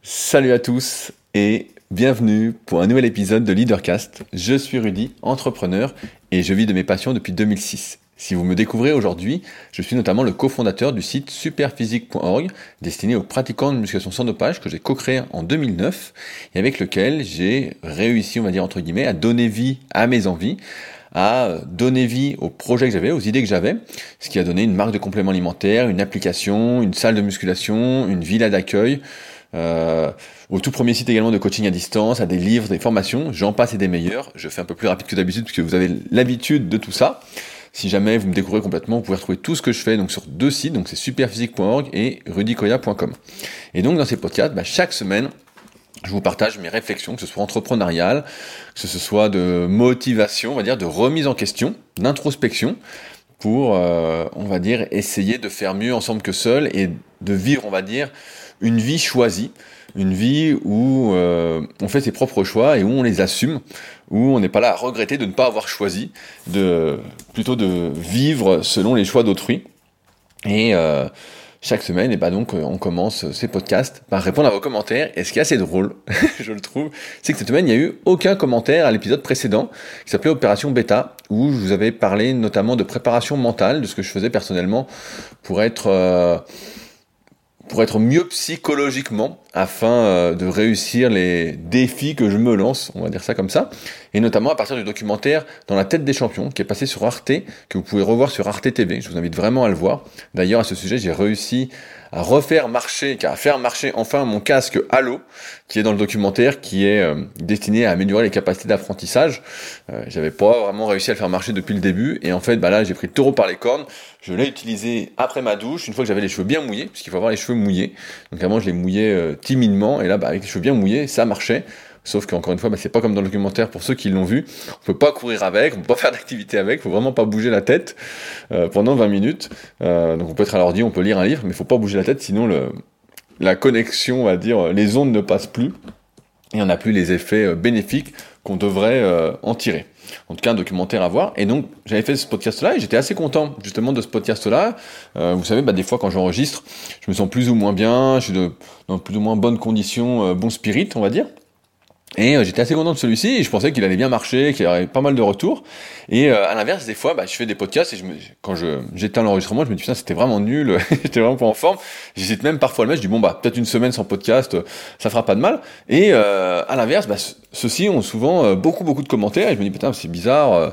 Salut à tous et bienvenue pour un nouvel épisode de Leadercast. Je suis Rudy, entrepreneur et je vis de mes passions depuis 2006. Si vous me découvrez aujourd'hui, je suis notamment le cofondateur du site superphysique.org destiné aux pratiquants de musculation sans dopage que j'ai co-créé en 2009 et avec lequel j'ai réussi, on va dire entre guillemets, à donner vie à mes envies, à donner vie aux projets que j'avais, aux idées que j'avais, ce qui a donné une marque de compléments alimentaires, une application, une salle de musculation, une villa d'accueil, au tout premier site également de coaching à distance, à des livres, des formations, j'en passe et des meilleurs. Je fais un peu plus rapide que d'habitude puisque vous avez l'habitude de tout ça. Si jamais vous me découvrez complètement, vous pouvez retrouver tout ce que je fais donc sur deux sites, donc c'est superphysique.org et rudykoya.com. Et donc dans ces podcasts, chaque semaine, je vous partage mes réflexions, que ce soit entrepreneuriales, que ce soit de motivation, on va dire, de remise en question, d'introspection, pour, on va dire, essayer de faire mieux ensemble que seul et de vivre, on va dire, une vie choisie, une vie où on fait ses propres choix et où on les assume, où on n'est pas là à regretter de ne pas avoir choisi, plutôt de vivre selon les choix d'autrui. Et chaque semaine, donc, on commence ces podcasts par répondre à vos commentaires. Et ce qui est assez drôle, je le trouve, c'est que cette semaine, il n'y a eu aucun commentaire à l'épisode précédent, qui s'appelait Opération Bêta, où je vous avais parlé notamment de préparation mentale, de ce que je faisais personnellement pour être mieux psychologiquement, afin de réussir les défis que je me lance, on va dire ça comme ça, et notamment à partir du documentaire Dans la tête des champions, qui est passé sur Arte, que vous pouvez revoir sur Arte TV, je vous invite vraiment à le voir. D'ailleurs, à ce sujet, j'ai réussi à faire marcher enfin mon casque Halo, qui est dans le documentaire, qui est destiné à améliorer les capacités d'apprentissage. J'avais pas vraiment réussi à le faire marcher depuis le début, et en fait, là, j'ai pris le taureau par les cornes. Je l'ai utilisé après ma douche, une fois que j'avais les cheveux bien mouillés, puisqu'il faut avoir les cheveux mouillés. Donc avant, je les mouillais timidement, et là, avec les cheveux bien mouillés, ça marchait. Sauf qu'encore une fois, c'est pas comme dans le documentaire, pour ceux qui l'ont vu, on peut pas courir avec, on peut pas faire d'activité avec, faut vraiment pas bouger la tête pendant 20 minutes. Donc on peut être à l'ordi, on peut lire un livre, mais faut pas bouger la tête, sinon la connexion, on va dire, les ondes ne passent plus, et on n'a plus les effets bénéfiques qu'on devrait en tirer. En tout cas, un documentaire à voir. Et donc, j'avais fait ce podcast-là et j'étais assez content, justement, de ce podcast-là. Vous savez, des fois, quand j'enregistre, je me sens plus ou moins bien, je suis dans plus ou moins bonnes conditions, bon spirit, on va dire. Et j'étais assez content de celui-ci et je pensais qu'il allait bien marcher, qu'il y aurait pas mal de retours. Et à l'inverse, des fois, je fais des podcasts et quand j'éteins l'enregistrement, je me dis putain, c'était vraiment nul, j'étais vraiment pas en forme. J'hésite même parfois à le mettre, je dis peut-être une semaine sans podcast, ça fera pas de mal. Et à l'inverse, ceux-ci ont souvent beaucoup de commentaires et je me dis putain, c'est bizarre.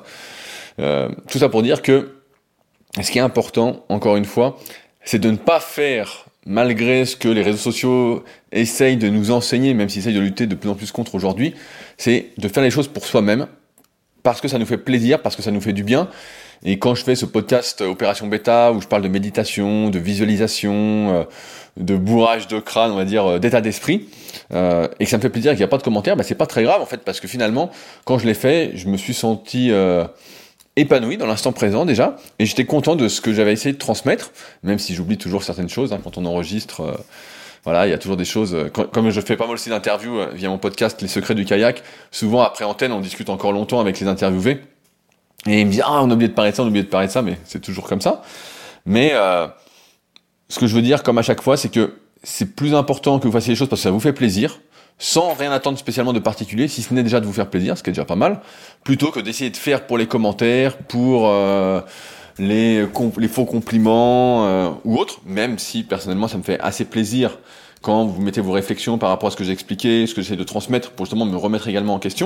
Tout ça pour dire que ce qui est important, encore une fois, c'est de ne pas faire, malgré ce que les réseaux sociaux essayent de nous enseigner, même s'ils essayent de lutter de plus en plus contre aujourd'hui, c'est de faire les choses pour soi-même, parce que ça nous fait plaisir, parce que ça nous fait du bien. Et quand je fais ce podcast Opération Bêta, où je parle de méditation, de visualisation, de bourrage de crâne, on va dire, d'état d'esprit, et que ça me fait plaisir et qu'il n'y a pas de commentaires, c'est pas très grave en fait, parce que finalement, quand je l'ai fait, je me suis senti épanoui dans l'instant présent déjà, et j'étais content de ce que j'avais essayé de transmettre, même si j'oublie toujours certaines choses, quand on enregistre, il y a toujours des choses, comme je fais pas mal aussi d'interviews via mon podcast Les Secrets du Kayak, souvent après antenne on discute encore longtemps avec les interviewés, et ils me disent on a oublié de parler de ça, mais c'est toujours comme ça. Mais ce que je veux dire, comme à chaque fois, c'est que c'est plus important que vous fassiez les choses parce que ça vous fait plaisir, sans rien attendre spécialement de particulier, si ce n'est déjà de vous faire plaisir, ce qui est déjà pas mal, plutôt que d'essayer de faire pour les commentaires, pour les faux compliments ou autres, même si personnellement ça me fait assez plaisir quand vous mettez vos réflexions par rapport à ce que j'ai expliqué, ce que j'essaie de transmettre, pour justement me remettre également en question.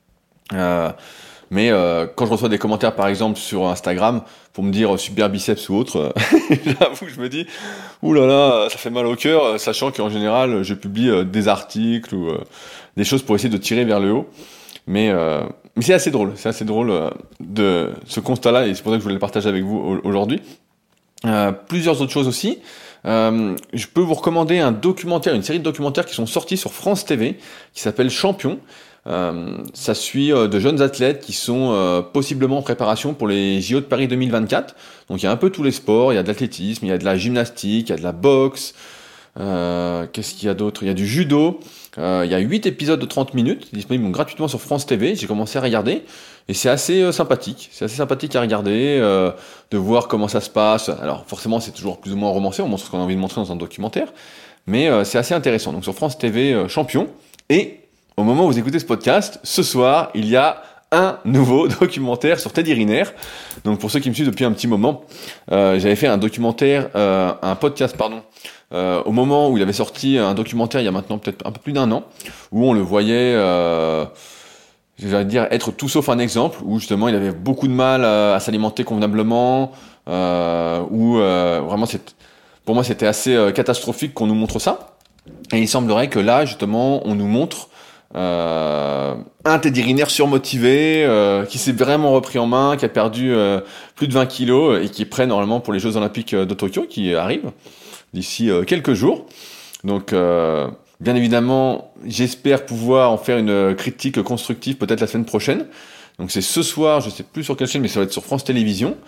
Mais quand je reçois des commentaires par exemple sur Instagram pour me dire super biceps ou autre, j'avoue que je me dis oulala, ça fait mal au cœur, sachant qu'en général je publie des articles ou des choses pour essayer de tirer vers le haut. Mais c'est assez drôle, de ce constat-là, et c'est pour ça que je voulais le partager avec vous aujourd'hui. Plusieurs autres choses aussi. Je peux vous recommander une série de documentaires qui sont sortis sur France TV, qui s'appelle Champion. Ça suit de jeunes athlètes qui sont possiblement en préparation pour les JO de Paris 2024. Donc il y a un peu tous les sports, il y a de l'athlétisme, il y a de la gymnastique, il y a de la boxe, qu'est-ce qu'il y a d'autre ? Il y a du judo, il y a 8 épisodes de 30 minutes, disponibles gratuitement sur France TV, j'ai commencé à regarder, et c'est assez sympathique à regarder, de voir comment ça se passe. Alors forcément c'est toujours plus ou moins romancé, on montre ce qu'on a envie de montrer dans un documentaire, mais c'est assez intéressant. Donc sur France TV Champion, et au moment où vous écoutez ce podcast, ce soir, il y a un nouveau documentaire sur Teddy Riner. Donc pour ceux qui me suivent depuis un petit moment, j'avais fait un podcast, au moment où il avait sorti un documentaire il y a maintenant peut-être un peu plus d'1 an, où on le voyait, j'allais dire, être tout sauf un exemple, où justement il avait beaucoup de mal à s'alimenter convenablement, où vraiment pour moi c'était assez catastrophique qu'on nous montre ça. Et il semblerait que là justement on nous montre un Teddy Riner surmotivé, qui s'est vraiment repris en main, qui a perdu plus de 20 kilos et qui est prêt normalement pour les Jeux Olympiques de Tokyo qui arrivent d'ici quelques jours. Donc bien évidemment, j'espère pouvoir en faire une critique constructive peut-être la semaine prochaine. Donc c'est ce soir, je sais plus sur quelle chaîne, mais ça va être sur France Télévisions.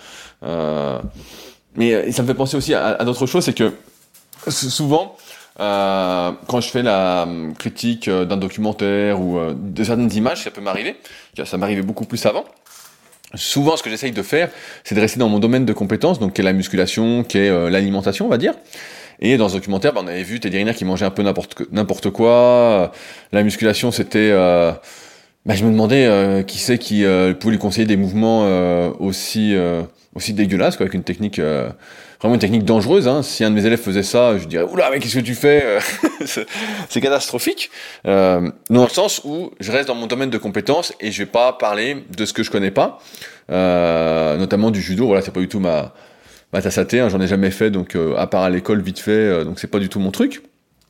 Mais ça me fait penser aussi à d'autres choses, c'est que souvent, quand je fais la critique d'un documentaire ou de certaines images, ça peut m'arriver, ça m'arrivait beaucoup plus avant. Souvent, ce que j'essaye de faire, c'est de rester dans mon domaine de compétences, donc qui est la musculation, qui est l'alimentation, on va dire. Et dans ce documentaire, on avait vu Teddy Riner qui mangeait un peu n'importe quoi. La musculation, c'était... je me demandais qui c'est qui pouvait lui conseiller des mouvements aussi dégueulasses, quoi, avec une technique... vraiment une technique dangereuse, hein. Si un de mes élèves faisait ça, je dirais « Oula, mais qu'est-ce que tu fais ?» C'est catastrophique. Dans le sens où je reste dans mon domaine de compétences et je vais pas parler de ce que je connais pas, notamment du judo. Voilà, c'est pas du tout ma tasse à thé, hein. J'en ai jamais fait, donc à part à l'école vite fait, donc c'est pas du tout mon truc.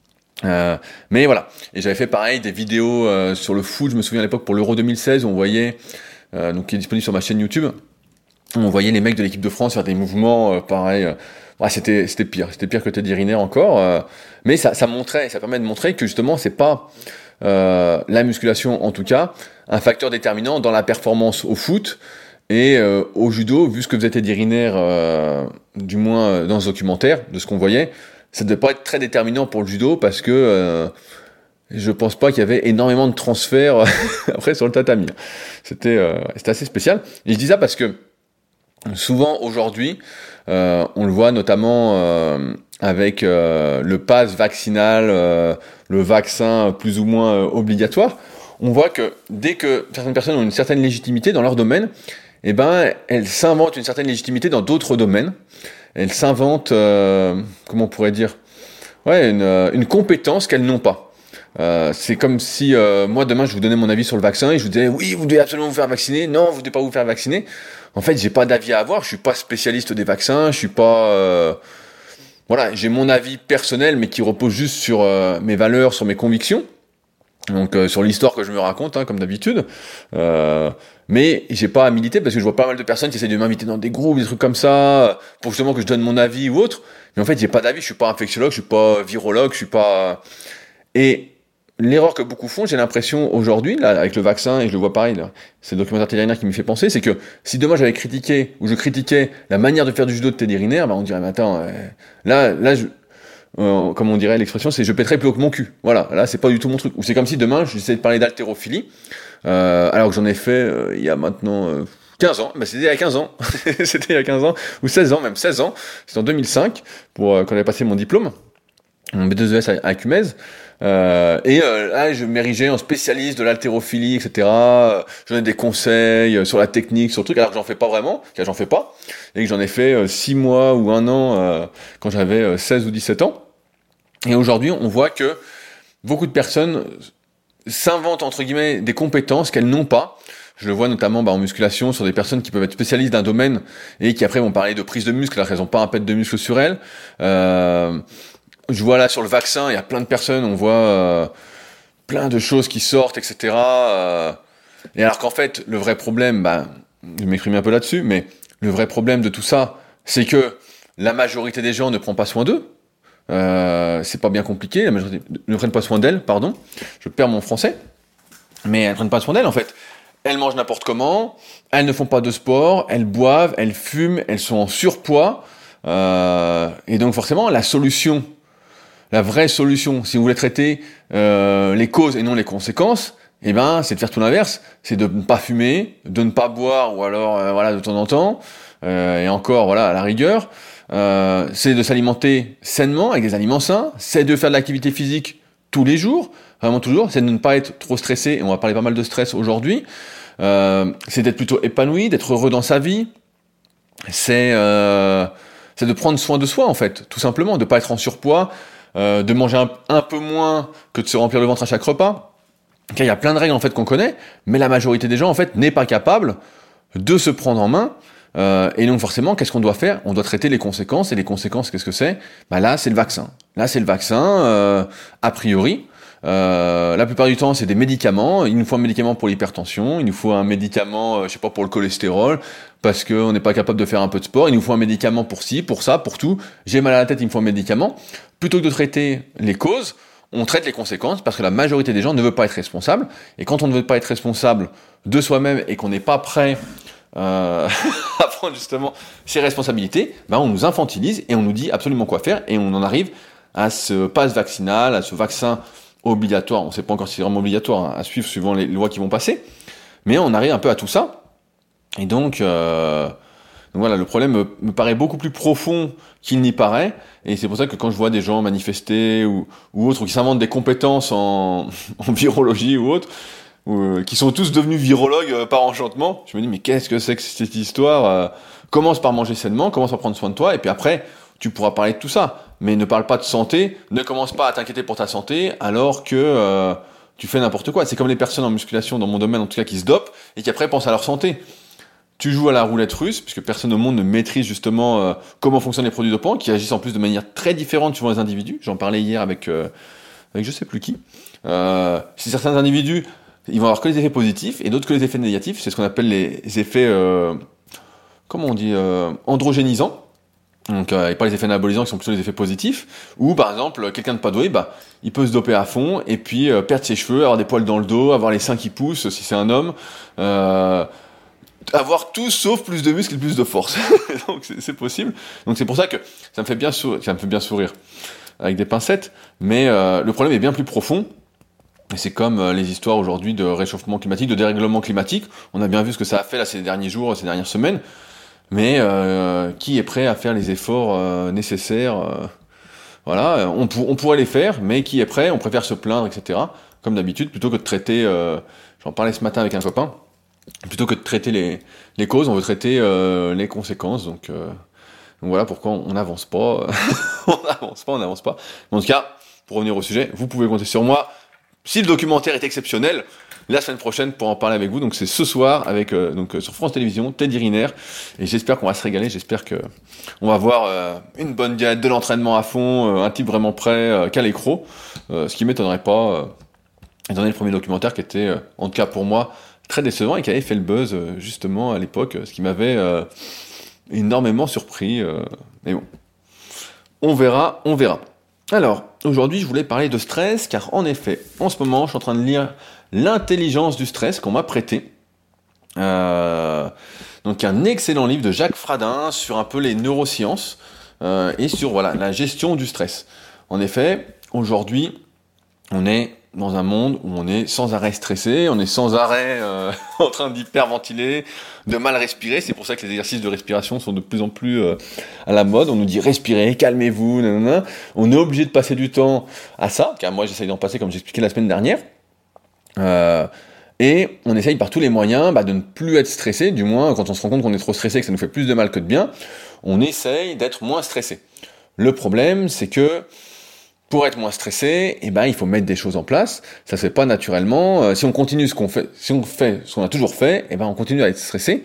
Mais voilà. Et j'avais fait pareil des vidéos sur le foot. Je me souviens à l'époque pour l'Euro 2016, on voyait, donc qui est disponible sur ma chaîne YouTube. On voyait les mecs de l'équipe de France faire des mouvements pareil. C'était pire que Teddy Riner encore. Mais ça permet de montrer que justement c'est pas la musculation en tout cas un facteur déterminant dans la performance au foot et au judo. Vu ce que faisait Teddy Riner, du moins dans ce documentaire, de ce qu'on voyait, ça ne devait pas être très déterminant pour le judo parce que je pense pas qu'il y avait énormément de transferts après sur le tatami. C'était assez spécial. Et je dis ça parce que souvent aujourd'hui, on le voit notamment avec le pass vaccinal, le vaccin plus ou moins obligatoire. On voit que dès que certaines personnes ont une certaine légitimité dans leur domaine, eh ben elles s'inventent une certaine légitimité dans d'autres domaines. Elles s'inventent, comment on pourrait dire, une compétence qu'elles n'ont pas. C'est comme si moi demain je vous donnais mon avis sur le vaccin et je vous disais oui vous devez absolument vous faire vacciner, non vous devez pas vous faire vacciner. En fait j'ai pas d'avis à avoir, je suis pas spécialiste des vaccins, je suis pas j'ai mon avis personnel mais qui repose juste sur mes valeurs, sur mes convictions, donc sur l'histoire que je me raconte, hein, comme d'habitude. Mais j'ai pas à militer parce que je vois pas mal de personnes qui essayent de m'inviter dans des groupes, des trucs comme ça, pour justement que je donne mon avis ou autre. Mais en fait j'ai pas d'avis, je suis pas infectiologue, je suis pas virologue, je suis pas... Et l'erreur que beaucoup font, j'ai l'impression aujourd'hui, là, avec le vaccin, et je le vois pareil, là, c'est le documentaire Teddy Riner qui me fait penser, c'est que si demain je critiquais la manière de faire du judo de Teddy Riner, on dirait, mais attends, comme on dirait l'expression, c'est je pèterais plus haut que mon cul. Voilà, là c'est pas du tout mon truc. Ou c'est comme si demain j'essayais de parler d'haltérophilie, alors que j'en ai fait il y a maintenant 15 ans, c'était il y a 15 ans, c'était il y a 15 ans, ou 16 ans, même 16 ans, c'était en 2005, quand j'avais passé mon diplôme, mon B2ES à Cumez, là je m'érigeais en spécialiste de l'haltérophilie, etc. Je donnais des conseils sur la technique, sur le truc, alors que j'en fais pas vraiment, et que j'en ai fait 6 mois ou 1 an quand j'avais 16 ou 17 ans. Et aujourd'hui, on voit que beaucoup de personnes s'inventent entre guillemets des compétences qu'elles n'ont pas. Je le vois notamment en musculation sur des personnes qui peuvent être spécialistes d'un domaine et qui après vont parler de prise de muscle alors qu'elles n'ont pas un pet de muscle sur elles. Je vois là sur le vaccin, il y a plein de personnes, on voit plein de choses qui sortent, etc. Et alors qu'en fait, le vrai problème, je m'exprime un peu là-dessus, mais le vrai problème de tout ça, c'est que la majorité des gens ne prend pas soin d'eux. C'est pas bien compliqué, la majorité ne prennent pas soin d'elles, pardon. Je perds mon français. Mais elles ne prennent pas soin d'elles, en fait. Elles mangent n'importe comment, elles ne font pas de sport, elles boivent, elles fument, elles sont en surpoids. Et donc forcément, la vraie solution, si vous voulez traiter les causes et non les conséquences, c'est de faire tout l'inverse, c'est de ne pas fumer, de ne pas boire ou alors de temps en temps, et encore à la rigueur, c'est de s'alimenter sainement avec des aliments sains, c'est de faire de l'activité physique tous les jours, vraiment toujours, c'est de ne pas être trop stressé, et on va parler pas mal de stress aujourd'hui, c'est d'être plutôt épanoui, d'être heureux dans sa vie, c'est de prendre soin de soi en fait, tout simplement, de pas être en surpoids, de manger un peu moins que de se remplir le ventre à chaque repas. Car il y a plein de règles en fait qu'on connaît, mais la majorité des gens en fait n'est pas capable de se prendre en main. Et donc forcément, qu'est-ce qu'on doit faire? On doit traiter les conséquences. Et les conséquences, qu'est-ce que c'est? Là, c'est le vaccin. Là, c'est le vaccin, a priori. La plupart du temps, c'est des médicaments. Il nous faut un médicament pour l'hypertension. Il nous faut un médicament, je sais pas, pour le cholestérol, parce qu'on n'est pas capable de faire un peu de sport. Il nous faut un médicament pour ci, pour ça, pour tout. J'ai mal à la tête, il me faut un médicament. Plutôt que de traiter les causes, on traite les conséquences, parce que la majorité des gens ne veut pas être responsable. Et quand on ne veut pas être responsable de soi-même et qu'on n'est pas prêt à prendre justement ses responsabilités, on nous infantilise et on nous dit absolument quoi faire, et on en arrive à ce pass vaccinal, à ce vaccin obligatoire. On ne sait pas encore si c'est vraiment obligatoire, à suivre suivant les lois qui vont passer, mais on arrive un peu à tout ça. Et donc voilà, le problème me paraît beaucoup plus profond qu'il n'y paraît, et c'est pour ça que quand je vois des gens manifester ou autres, ou qui s'inventent des compétences en virologie ou autre, qui sont tous devenus virologues par enchantement, je me dis mais qu'est-ce que c'est que cette histoire? Commence par manger sainement, commence par prendre soin de toi, et puis après tu pourras parler de tout ça, mais ne parle pas de santé, ne commence pas à t'inquiéter pour ta santé alors que tu fais n'importe quoi. C'est comme les personnes en musculation, dans mon domaine en tout cas, qui se dopent et qui après pensent à leur santé. Tu joues à la roulette russe, puisque personne au monde ne maîtrise justement comment fonctionnent les produits dopants, qui agissent en plus de manière très différente suivant les individus. J'en parlais hier avec je sais plus qui. Si certains individus, ils vont avoir que les effets positifs et d'autres que les effets négatifs. C'est ce qu'on appelle les effets, comment on dit, androgénisants. Donc, et pas les effets anabolisants qui sont plutôt les effets positifs. Ou par exemple, quelqu'un de pas doué, il peut se doper à fond et puis perdre ses cheveux, avoir des poils dans le dos, avoir les seins qui poussent si c'est un homme. Avoir tout sauf plus de muscles et plus de force. Donc c'est possible. Donc c'est pour ça que ça me fait bien sourire avec des pincettes, mais le problème est bien plus profond. Et c'est comme les histoires aujourd'hui de réchauffement climatique, de dérèglement climatique. On a bien vu ce que ça a fait là ces derniers jours, ces dernières semaines. Mais qui est prêt à faire les efforts nécessaires? Voilà, on pourrait les faire, mais qui est prêt? On préfère se plaindre, etc. Comme d'habitude, plutôt que de traiter. J'en parlais ce matin avec un copain. Plutôt que de traiter les causes, on veut traiter les conséquences. Donc voilà pourquoi on n'avance pas. on n'avance pas. Mais en tout cas, pour revenir au sujet, vous pouvez compter sur moi. Si le documentaire est exceptionnel, la semaine prochaine pour en parler avec vous. Donc c'est ce soir avec sur France Télévisions, Teddy Riner. Et j'espère qu'on va se régaler. J'espère que on va voir une bonne diète, de l'entraînement à fond, un type vraiment prêt qu'à l'écro. Ce qui m'étonnerait pas, étant donné le premier documentaire qui était, en tout cas pour moi, très décevant et qui avait fait le buzz justement à l'époque, ce qui m'avait énormément surpris. Mais bon, on verra. Alors, aujourd'hui, je voulais parler de stress, car en effet, en ce moment, je suis en train de lire L'intelligence du stress qu'on m'a prêté. Donc un excellent livre de Jacques Fradin sur un peu les neurosciences et sur la gestion du stress. En effet, aujourd'hui, on est dans un monde où on est sans arrêt stressé, on est sans arrêt en train d'hyperventiler, de mal respirer. C'est pour ça que les exercices de respiration sont de plus en plus à la mode. On nous dit respirez, calmez-vous, nanana. On est obligé de passer du temps à ça, car moi j'essaye d'en passer comme j'expliquais la semaine dernière. Et on essaye par tous les moyens de ne plus être stressé, du moins quand on se rend compte qu'on est trop stressé, que ça nous fait plus de mal que de bien, on essaye d'être moins stressé. Le problème, c'est que pour être moins stressé, il faut mettre des choses en place. Ça se fait pas naturellement. Si on continue ce qu'on fait, si on fait ce qu'on a toujours fait, on continue à être stressé.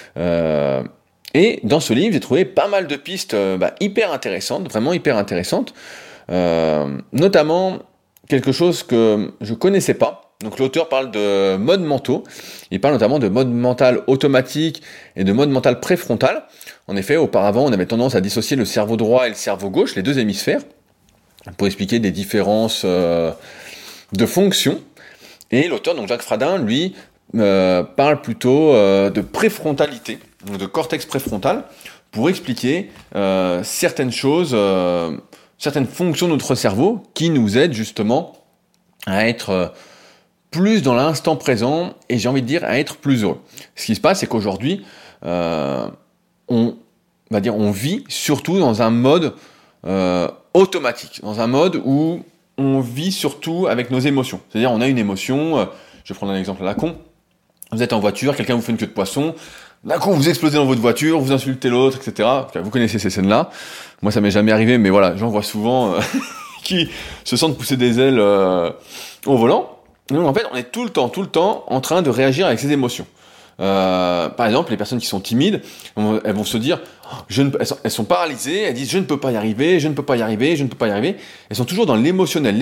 Et dans ce livre, j'ai trouvé pas mal de pistes hyper intéressantes, vraiment hyper intéressantes. Notamment quelque chose que je connaissais pas. Donc l'auteur parle de modes mentaux. Il parle notamment de mode mental automatique et de mode mental préfrontal. En effet, auparavant, on avait tendance à dissocier le cerveau droit et le cerveau gauche, les deux hémisphères, pour expliquer des différences de fonctions. Et l'auteur, donc Jacques Fradin, lui, parle plutôt de préfrontalité, donc de cortex préfrontal, pour expliquer certaines choses, certaines fonctions de notre cerveau qui nous aident justement à être plus dans l'instant présent et j'ai envie de dire à être plus heureux. Ce qui se passe, c'est qu'aujourd'hui, on on vit surtout dans un mode automatique, dans un mode où on vit surtout avec nos émotions. C'est-à-dire, on a une émotion, je vais prendre un exemple à la con, vous êtes en voiture, quelqu'un vous fait une queue de poisson, d'un coup vous explosez dans votre voiture, vous insultez l'autre, etc. Vous connaissez ces scènes-là. Moi, ça m'est jamais arrivé, mais voilà, j'en vois souvent qui se sentent pousser des ailes au volant. Donc en fait, on est tout le temps en train de réagir avec ses émotions. Par exemple, les personnes qui sont timides, elles vont se dire, elles sont paralysées, elles disent je ne peux pas y arriver, je ne peux pas y arriver, je ne peux pas y arriver. Elles sont toujours dans l'émotionnel,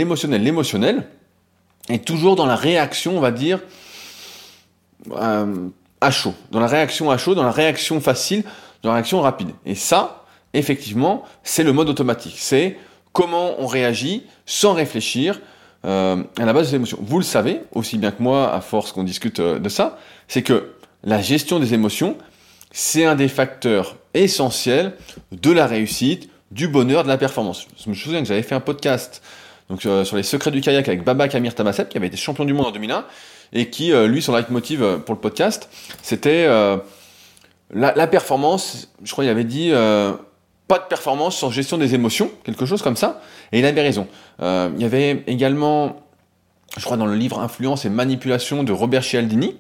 et toujours dans la réaction, on va dire, à chaud, dans la réaction facile, dans la réaction rapide. Et ça, effectivement, c'est le mode automatique. C'est comment on réagit sans réfléchir à la base des émotions. Vous le savez, aussi bien que moi, à force qu'on discute de ça, c'est que la gestion des émotions, c'est un des facteurs essentiels de la réussite, du bonheur, de la performance. Je me souviens que j'avais fait un podcast sur les secrets du kayak avec Babak Amir Tamaseb, qui avait été champion du monde en 2001, et qui, lui, son leitmotiv pour le podcast, c'était la performance. Je crois qu'il avait dit pas de performance sans gestion des émotions, quelque chose comme ça, et il avait raison. Il y avait également, je crois dans le livre Influence et Manipulation de Robert Cialdini,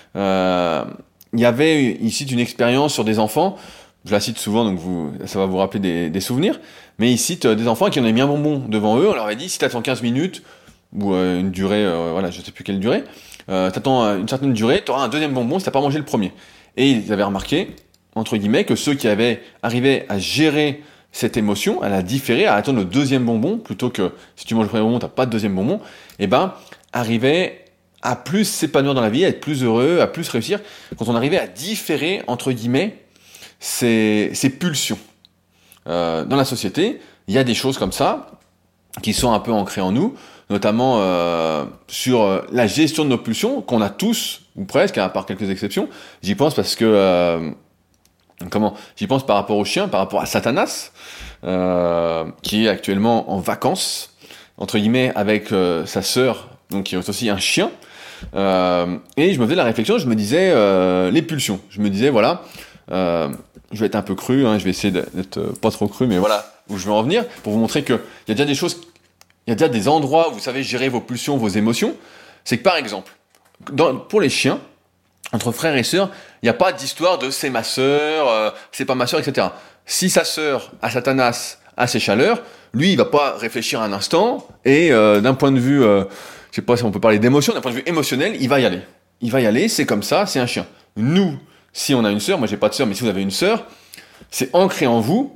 il y avait ici une expérience sur des enfants, je la cite souvent, donc ça va vous rappeler des souvenirs, mais il cite des enfants qui en avaient mis un bonbon devant eux, on leur avait dit, si tu attends 15 minutes, ou une durée, je sais plus quelle durée, t'attends une certaine durée, tu auras un deuxième bonbon si t'as pas mangé le premier. Et ils avaient remarqué, entre guillemets, que ceux qui avaient arrivé à gérer cette émotion, à la différer, à attendre le deuxième bonbon, plutôt que si tu manges le premier bonbon, t'as pas de deuxième bonbon, arrivaient à plus s'épanouir dans la vie, à être plus heureux, à plus réussir, quand on arrivait à différer, entre guillemets, ces pulsions. Dans la société, il y a des choses comme ça, qui sont un peu ancrées en nous, notamment sur la gestion de nos pulsions, qu'on a tous, ou presque, à part quelques exceptions. J'y pense parce que... J'y pense par rapport au chien, par rapport à Satanas, qui est actuellement en vacances, entre guillemets, avec sa sœur, donc qui est aussi un chien. Et je me faisais la réflexion, je me disais les pulsions. Je me disais, voilà, je vais être un peu cru, je vais essayer d'être pas trop cru, mais voilà où je veux en venir, pour vous montrer qu'il y a déjà des choses, il y a déjà des endroits où vous savez gérer vos pulsions, vos émotions. C'est que par exemple, pour les chiens, entre frères et sœurs, il n'y a pas d'histoire de c'est ma sœur, c'est pas ma sœur, etc. Si sa sœur, à Satanas, a ses chaleurs, lui, il va pas réfléchir un instant, et d'un point de vue, je sais pas si on peut parler d'émotion, d'un point de vue émotionnel, il va y aller. Il va y aller, c'est comme ça, c'est un chien. Nous, si on a une sœur, moi j'ai pas de sœur, mais si vous avez une sœur, c'est ancré en vous,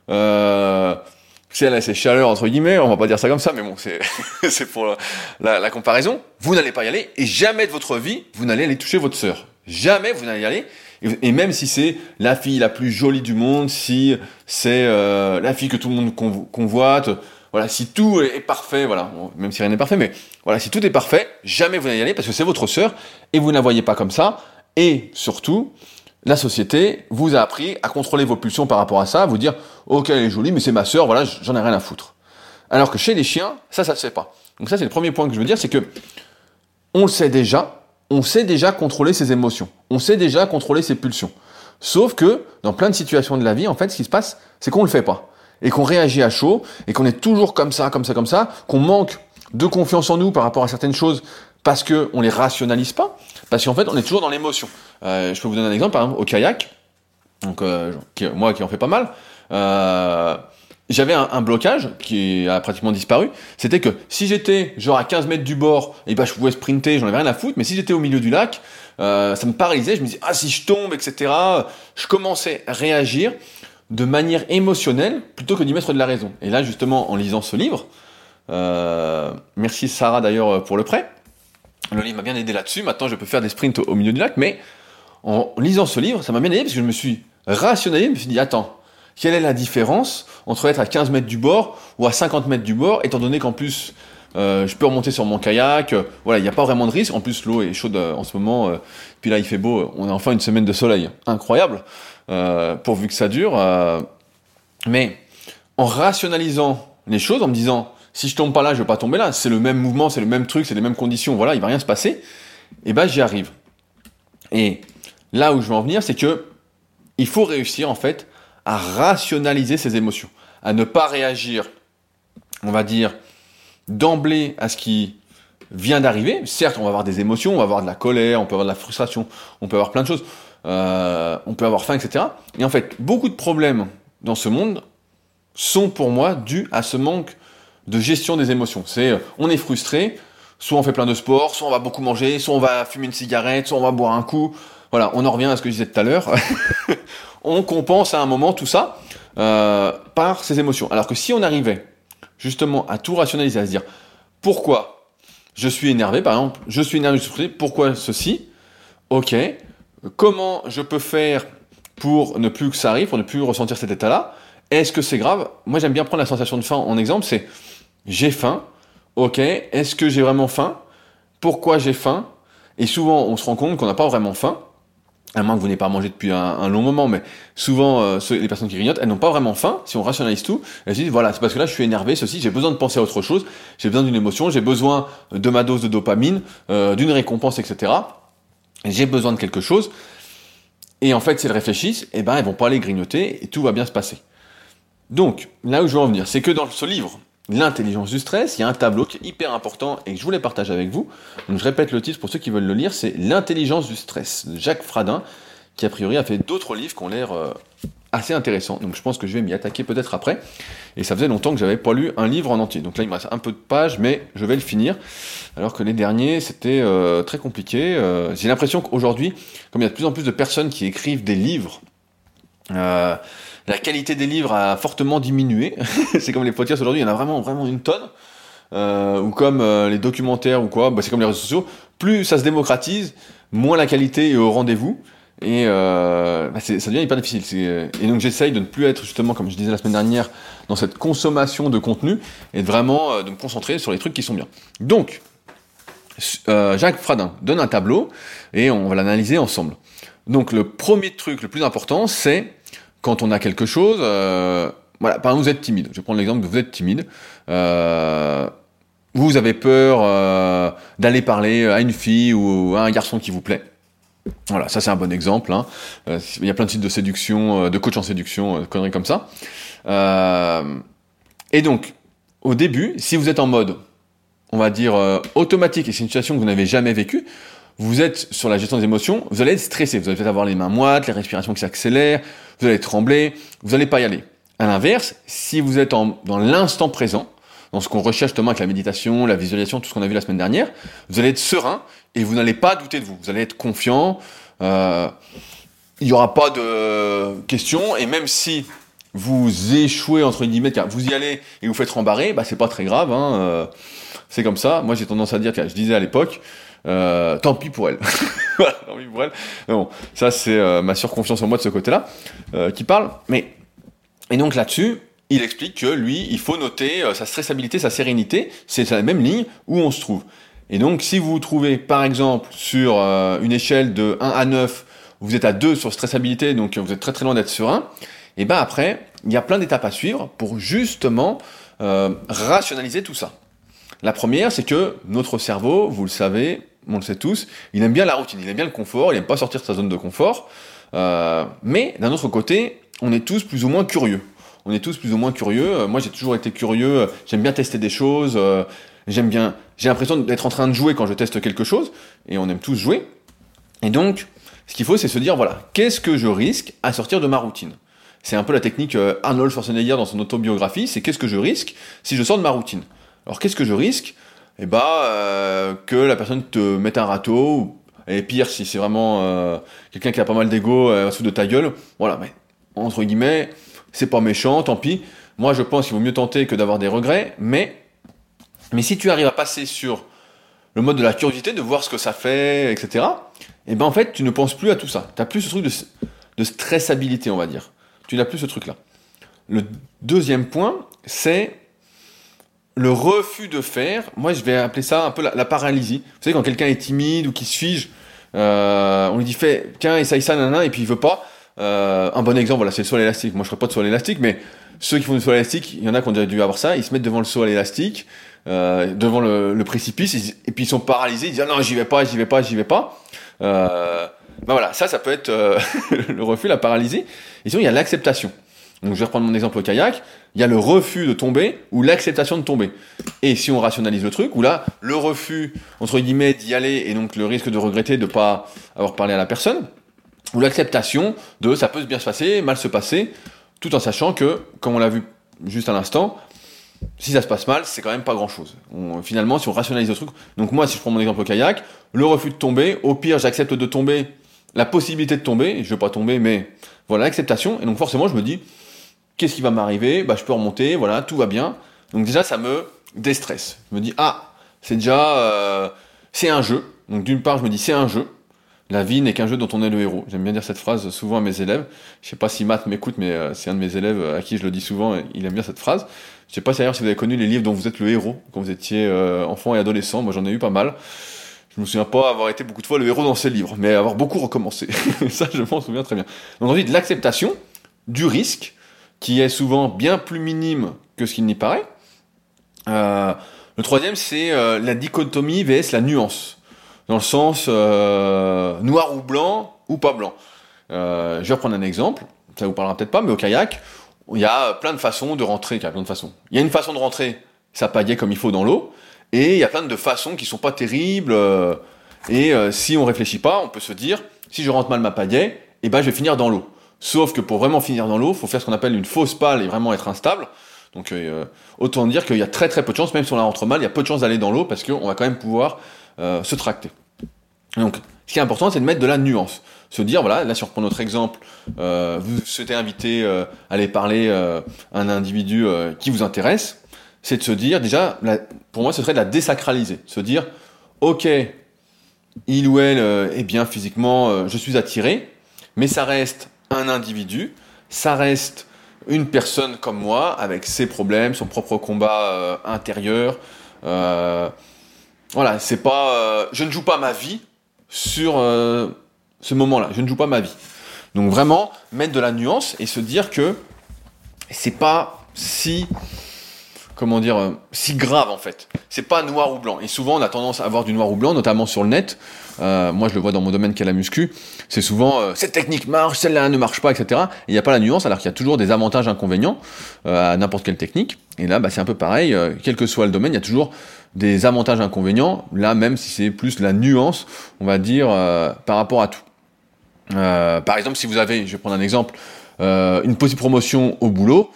si elle a ses chaleurs, entre guillemets, on va pas dire ça comme ça, mais bon, c'est pour la comparaison, vous n'allez pas y aller, et jamais de votre vie, vous n'allez aller toucher votre sœur. Jamais vous n'allez y aller, et même si c'est la fille la plus jolie du monde, si c'est la fille que tout le monde convoite, voilà, si tout est parfait, voilà, même si rien n'est parfait, mais voilà, si tout est parfait, jamais vous n'allez y aller, parce que c'est votre sœur, et vous ne la voyez pas comme ça, et surtout, la société vous a appris à contrôler vos pulsions par rapport à ça, à vous dire « Ok, elle est jolie, mais c'est ma sœur, voilà, j'en ai rien à foutre. » Alors que chez les chiens, ça se fait pas. Donc ça, c'est le premier point que je veux dire, c'est que on sait déjà contrôler ses émotions, on sait déjà contrôler ses pulsions. Sauf que, dans plein de situations de la vie, en fait, ce qui se passe, c'est qu'on le fait pas. Et qu'on réagit à chaud, et qu'on est toujours comme ça, qu'on manque de confiance en nous par rapport à certaines choses, parce qu'on les rationalise pas, parce qu'en fait, on est toujours dans l'émotion. Je peux vous donner un exemple, par exemple, au kayak, donc moi qui en fais pas mal, j'avais un blocage qui a pratiquement disparu. C'était que si j'étais genre à 15 mètres du bord, et je pouvais sprinter, j'en avais rien à foutre, mais si j'étais au milieu du lac, ça me paralysait, je me disais, si je tombe, etc. Je commençais à réagir de manière émotionnelle plutôt que d'y mettre de la raison. Et là, justement, en lisant ce livre, merci Sarah d'ailleurs pour le prêt, le livre m'a bien aidé là-dessus. Maintenant, je peux faire des sprints au milieu du lac, mais en lisant ce livre, ça m'a bien aidé parce que je me suis rationalisé, je me suis dit, attends, quelle est la différence entre être à 15 mètres du bord ou à 50 mètres du bord, étant donné qu'en plus, je peux remonter sur mon kayak, voilà, il n'y a pas vraiment de risque. En plus, l'eau est chaude en ce moment, puis là, il fait beau, on a enfin une semaine de soleil incroyable, pourvu que ça dure. Mais en rationalisant les choses, en me disant, si je tombe pas là, je vais pas tomber là, c'est le même mouvement, c'est le même truc, c'est les mêmes conditions, voilà, il va rien se passer, et j'y arrive. Et là où je veux en venir, c'est que il faut réussir en fait à rationaliser ses émotions, à ne pas réagir, on va dire, d'emblée à ce qui vient d'arriver. Certes, on va avoir des émotions, on va avoir de la colère, on peut avoir de la frustration, on peut avoir plein de choses, on peut avoir faim, etc. Et en fait, beaucoup de problèmes dans ce monde sont pour moi dus à ce manque de gestion des émotions. On est frustré, soit on fait plein de sport, soit on va beaucoup manger, soit on va fumer une cigarette, soit on va boire un coup. Voilà, on en revient à ce que je disais tout à l'heure. On compense à un moment tout ça par ces émotions. Alors que si on arrivait justement à tout rationaliser, à se dire pourquoi je suis énervé, par exemple, je suis énervé, je suis frustré, pourquoi ceci? Ok, comment je peux faire pour ne plus que ça arrive, pour ne plus ressentir cet état-là? Est-ce que c'est grave? Moi j'aime bien prendre la sensation de faim en exemple, c'est j'ai faim, ok, est-ce que j'ai vraiment faim? Pourquoi j'ai faim? Et souvent on se rend compte qu'on n'a pas vraiment faim, à moins que vous n'ayez pas mangé depuis un long moment, mais souvent les personnes qui grignotent, elles n'ont pas vraiment faim. Si on rationalise tout, elles se disent voilà, c'est parce que là je suis énervé, ceci, j'ai besoin de penser à autre chose, j'ai besoin d'une émotion, j'ai besoin de ma dose de dopamine, d'une récompense, etc. J'ai besoin de quelque chose. Et en fait, si elles réfléchissent, elles vont pas aller grignoter et tout va bien se passer. Donc, là où je veux en venir, c'est que dans ce livre, L'intelligence du stress, il y a un tableau qui est hyper important et que je voulais partager avec vous. Donc je répète le titre pour ceux qui veulent le lire, c'est L'intelligence du stress de Jacques Fradin, qui a priori a fait d'autres livres qui ont l'air assez intéressants. Donc je pense que je vais m'y attaquer peut-être après. Et ça faisait longtemps que j'avais pas lu un livre en entier. Donc là il me reste un peu de pages, mais je vais le finir. Alors que les derniers c'était très compliqué. J'ai l'impression qu'aujourd'hui, comme il y a de plus en plus de personnes qui écrivent des livres, la qualité des livres a fortement diminué. C'est comme les podcasts aujourd'hui, il y en a vraiment une tonne. Ou comme les documentaires ou quoi, c'est comme les réseaux sociaux. Plus ça se démocratise, moins la qualité est au rendez-vous. Et ça devient hyper difficile. Et donc j'essaye de ne plus être justement, comme je disais la semaine dernière, dans cette consommation de contenu et de vraiment de me concentrer sur les trucs qui sont bien. Donc, Jacques Fradin donne un tableau et on va l'analyser ensemble. Donc le premier truc, le plus important, c'est quand on a quelque chose, voilà, par exemple vous êtes timide. Je vais prendre l'exemple de vous êtes timide. Vous avez peur d'aller parler à une fille ou à un garçon qui vous plaît. Voilà, ça c'est un bon exemple. Hein. Il y a plein de sites de séduction, de coach en séduction, conneries comme ça. Et donc, au début, si vous êtes en mode, on va dire, automatique, et c'est une situation que vous n'avez jamais vécue, vous êtes sur la gestion des émotions, vous allez être stressé, vous allez peut-être avoir les mains moites, les respirations qui s'accélèrent, vous allez trembler, vous n'allez pas y aller. À l'inverse, si vous êtes dans l'instant présent, dans ce qu'on recherche justement avec la méditation, la visualisation, tout ce qu'on a vu la semaine dernière, vous allez être serein et vous n'allez pas douter de vous. Vous allez être confiant, il n'y aura pas de questions, et même si vous échouez, entre guillemets, car vous y allez et vous faites rembarrer, c'est pas très grave, hein, c'est comme ça. Moi j'ai tendance à dire, je disais à l'époque, tant pis pour elle. Voilà, tant pis pour elle. Mais bon, ça c'est ma surconfiance en moi de ce côté-là qui parle. Et donc là-dessus, il explique que lui, il faut noter sa stressabilité, sa sérénité, c'est la même ligne où on se trouve. Et donc si vous vous trouvez par exemple sur une échelle de 1 à 9, vous êtes à 2 sur stressabilité, donc vous êtes très très loin d'être serein, et après, il y a plein d'étapes à suivre pour justement rationaliser tout ça. La première, c'est que notre cerveau, vous le savez, on le sait tous, il aime bien la routine, il aime bien le confort, il aime pas sortir de sa zone de confort, mais d'un autre côté, on est tous plus ou moins curieux. Moi, j'ai toujours été curieux, j'aime bien tester des choses, j'ai l'impression d'être en train de jouer quand je teste quelque chose, et on aime tous jouer. Et donc, ce qu'il faut, c'est se dire, voilà, qu'est-ce que je risque à sortir de ma routine? C'est un peu la technique Arnold Schwarzenegger dans son autobiographie, c'est qu'est-ce que je risque si je sors de ma routine? Alors qu'est-ce que je risque? Que la personne te mette un râteau, et pire si c'est vraiment quelqu'un qui a pas mal d'ego, sous de ta gueule, voilà, mais entre guillemets, c'est pas méchant, tant pis. Moi je pense qu'il vaut mieux tenter que d'avoir des regrets, mais si tu arrives à passer sur le mode de la curiosité, de voir ce que ça fait, etc., en fait tu ne penses plus à tout ça. Tu n'as plus ce truc de stressabilité, on va dire. Tu n'as plus ce truc-là. Le deuxième point, c'est le refus de faire. Moi, je vais appeler ça un peu la paralysie. Vous savez, quand quelqu'un est timide ou qui se fige, on lui dit fais, tiens, essaye ça, nanana, et puis il veut pas. Un bon exemple, voilà, c'est le saut à l'élastique. Moi, je ferai pas de saut à l'élastique, mais ceux qui font du saut à l'élastique, il y en a qui ont déjà dû avoir ça. Ils se mettent devant le saut à l'élastique, devant le précipice, et puis ils sont paralysés. Ils disent ah non, j'y vais pas. Voilà, ça peut être le refus, la paralysie. Et sinon, il y a l'acceptation. Donc je vais reprendre mon exemple au kayak, il y a le refus de tomber ou l'acceptation de tomber. Et si on rationalise le truc, où là, le refus, entre guillemets, d'y aller, et donc le risque de regretter de ne pas avoir parlé à la personne, ou l'acceptation de ça peut bien se passer, mal se passer, tout en sachant que, comme on l'a vu juste à l'instant, si ça se passe mal, c'est quand même pas grand-chose. Finalement, si on rationalise le truc, donc moi, si je prends mon exemple au kayak, le refus de tomber, au pire, j'accepte de tomber, la possibilité de tomber, je vais pas tomber, mais voilà, l'acceptation, et donc forcément, je me dis, qu'est-ce qui va m'arriver ? Je peux remonter, voilà, tout va bien. Donc déjà, ça me déstresse. Je me dis, c'est déjà, c'est un jeu. Donc d'une part, je me dis, c'est un jeu. La vie n'est qu'un jeu dont on est le héros. J'aime bien dire cette phrase souvent à mes élèves. Je sais pas si Matt m'écoute, mais c'est un de mes élèves à qui je le dis souvent, et il aime bien cette phrase. Je sais pas d'ailleurs si vous avez connu les livres dont vous êtes le héros quand vous étiez enfant et adolescent. Moi, j'en ai eu pas mal. Je me souviens pas avoir été beaucoup de fois le héros dans ces livres, mais avoir beaucoup recommencé. Ça, je m'en souviens très bien. Donc ensuite, l'acceptation du risque, qui est souvent bien plus minime que ce qu'il n'y paraît. Le troisième, c'est la dichotomie vs la nuance. Dans le sens noir ou blanc ou pas blanc. Je vais reprendre un exemple, ça vous parlera peut-être pas, mais au kayak, il y a plein de façons de rentrer. Il y a plein de façons. Il y a une façon de rentrer, ça pagaie comme il faut dans l'eau, et il y a plein de façons qui sont pas terribles. Si on réfléchit pas, on peut se dire, si je rentre mal ma pagaie, je vais finir dans l'eau. Sauf que pour vraiment finir dans l'eau, il faut faire ce qu'on appelle une fausse pale et vraiment être instable. Donc autant dire qu'il y a très très peu de chances, même si on la rentre mal, il y a peu de chances d'aller dans l'eau parce qu'on va quand même pouvoir se tracter. Donc ce qui est important, c'est de mettre de la nuance. Se dire, voilà, là si on reprend notre exemple, vous souhaitez inviter à aller parler à un individu qui vous intéresse, c'est de se dire, déjà, pour moi ce serait de la désacraliser. Se dire, ok, il ou elle est bien physiquement, je suis attiré, mais ça reste un individu, ça reste une personne comme moi, avec ses problèmes, son propre combat intérieur. Voilà, c'est pas, je ne joue pas ma vie sur ce moment-là. Je ne joue pas ma vie. Donc vraiment mettre de la nuance et se dire que c'est pas si si grave en fait. C'est pas noir ou blanc. Et souvent on a tendance à avoir du noir ou blanc, notamment sur le net. Moi je le vois dans mon domaine qui est la muscu. C'est souvent cette technique marche, celle-là ne marche pas, etc. Et il n'y a pas la nuance, alors qu'il y a toujours des avantages, inconvénients à n'importe quelle technique. Et là, c'est un peu pareil. Quel que soit le domaine, il y a toujours des avantages, inconvénients. Là, même si c'est plus la nuance, on va dire par rapport à tout. Par exemple, si vous avez, je vais prendre un exemple, une possible promotion au boulot.